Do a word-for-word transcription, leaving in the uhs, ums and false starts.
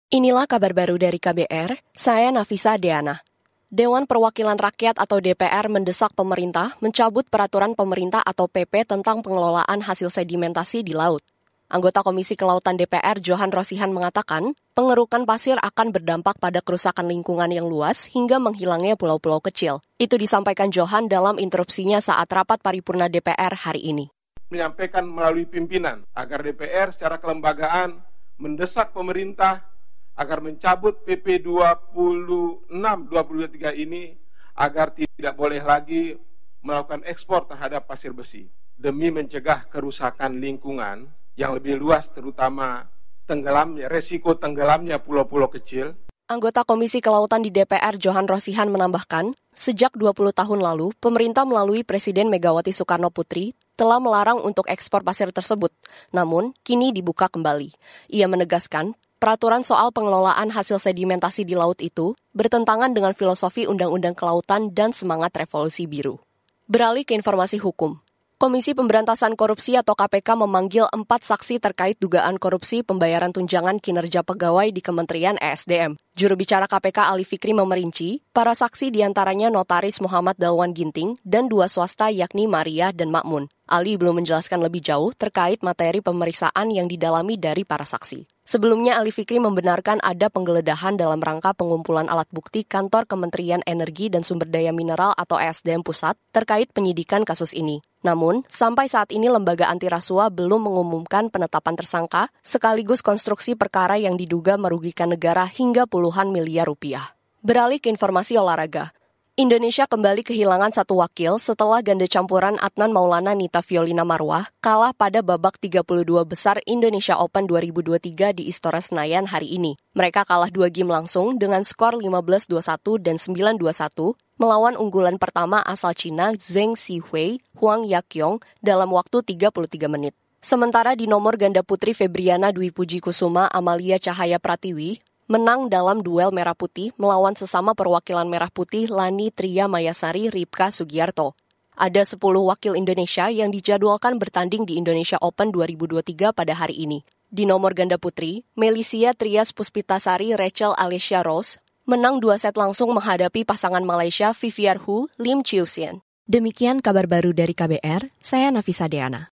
Inilah kabar baru dari K B R, saya Nafisa Deana. Dewan Perwakilan Rakyat atau D P R mendesak pemerintah mencabut peraturan pemerintah atau P P tentang pengelolaan hasil sedimentasi di laut. Anggota Komisi Kelautan D P R Johan Rosihan mengatakan, pengerukan pasir akan berdampak pada kerusakan lingkungan yang luas hingga menghilangnya pulau-pulau kecil. Itu disampaikan Johan dalam interupsinya saat rapat paripurna D P R hari ini. Menyampaikan melalui pimpinan agar D P R secara kelembagaan mendesak pemerintah agar mencabut P P dua puluh enam dua ribu dua puluh tiga ini agar tidak boleh lagi melakukan ekspor terhadap pasir besi demi mencegah kerusakan lingkungan yang lebih luas, terutama tenggelamnya resiko tenggelamnya pulau-pulau kecil. Anggota Komisi Kelautan di D P R Johan Rosihan menambahkan, sejak dua puluh tahun lalu, pemerintah melalui Presiden Megawati Soekarno Putri telah melarang untuk ekspor pasir tersebut, namun kini dibuka kembali. Ia menegaskan, peraturan soal pengelolaan hasil sedimentasi di laut itu bertentangan dengan filosofi Undang-Undang Kelautan dan semangat Revolusi Biru. Beralih ke informasi hukum. Komisi Pemberantasan Korupsi atau K P K memanggil empat saksi terkait dugaan korupsi pembayaran tunjangan kinerja pegawai di Kementerian E S D M. Juru bicara K P K Ali Fikri memerinci, para saksi diantaranya Notaris Muhammad Dalwan Ginting dan dua swasta yakni Maria dan Makmun. Ali belum menjelaskan lebih jauh terkait materi pemeriksaan yang didalami dari para saksi. Sebelumnya, Ali Fikri membenarkan ada penggeledahan dalam rangka pengumpulan alat bukti kantor Kementerian Energi dan Sumber Daya Mineral atau E S D M Pusat terkait penyidikan kasus ini. Namun, sampai saat ini lembaga anti rasuah belum mengumumkan penetapan tersangka sekaligus konstruksi perkara yang diduga merugikan negara hingga puluhan miliar rupiah. Beralih ke informasi olahraga. Indonesia kembali kehilangan satu wakil setelah ganda campuran Adnan Maulana Nita Violina Marwah kalah pada babak tiga puluh dua besar Indonesia Open dua ribu dua puluh tiga di Istora Senayan hari ini. Mereka kalah dua game langsung dengan skor lima belas dua puluh satu dan sembilan dua puluh satu melawan unggulan pertama asal Cina Zheng Sihui Huang Yaqiong dalam waktu tiga puluh tiga menit. Sementara di nomor ganda putri Febriana Dwi Puji Kusuma Amalia Cahaya Pratiwi menang dalam duel merah putih melawan sesama perwakilan merah putih Lani Tria Mayasari Ripka Sugiarto. Ada sepuluh wakil Indonesia yang dijadwalkan bertanding di Indonesia Open dua ribu dua puluh tiga pada hari ini. Di nomor ganda putri, Melisia Trias Puspitasari Rachel Alicia Rose menang dua set langsung menghadapi pasangan Malaysia Viviar Hu Lim Chiu Sien. Demikian kabar baru dari K B R, saya Nafisa Deana.